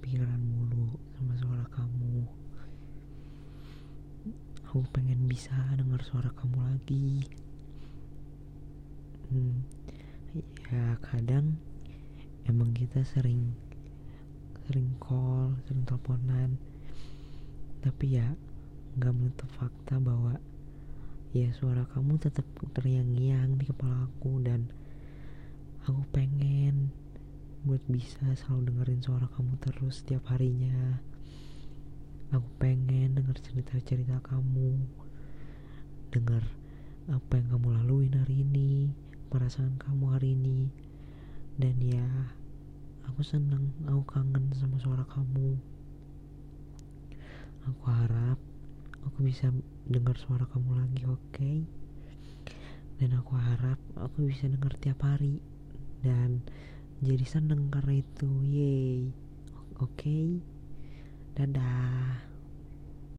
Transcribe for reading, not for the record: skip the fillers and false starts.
kepikiran mulu sama suara kamu. Aku pengen bisa dengar suara kamu lagi. Ya kadang emang kita sering call, sering teleponan, tapi ya nggak menutup fakta bahwa ya suara kamu tetap terngiang-ngiang di kepala aku, dan aku pengen buat bisa selalu dengerin suara kamu terus setiap harinya. Aku pengen denger cerita-cerita kamu, denger apa yang kamu laluin hari ini, perasaan kamu hari ini. Dan ya, aku seneng, aku kangen sama suara kamu. Aku harap aku bisa dengar suara kamu lagi, oke? Dan aku harap aku bisa dengar tiap hari dan jadi seneng karena itu. Yeay. Oke. Dadah.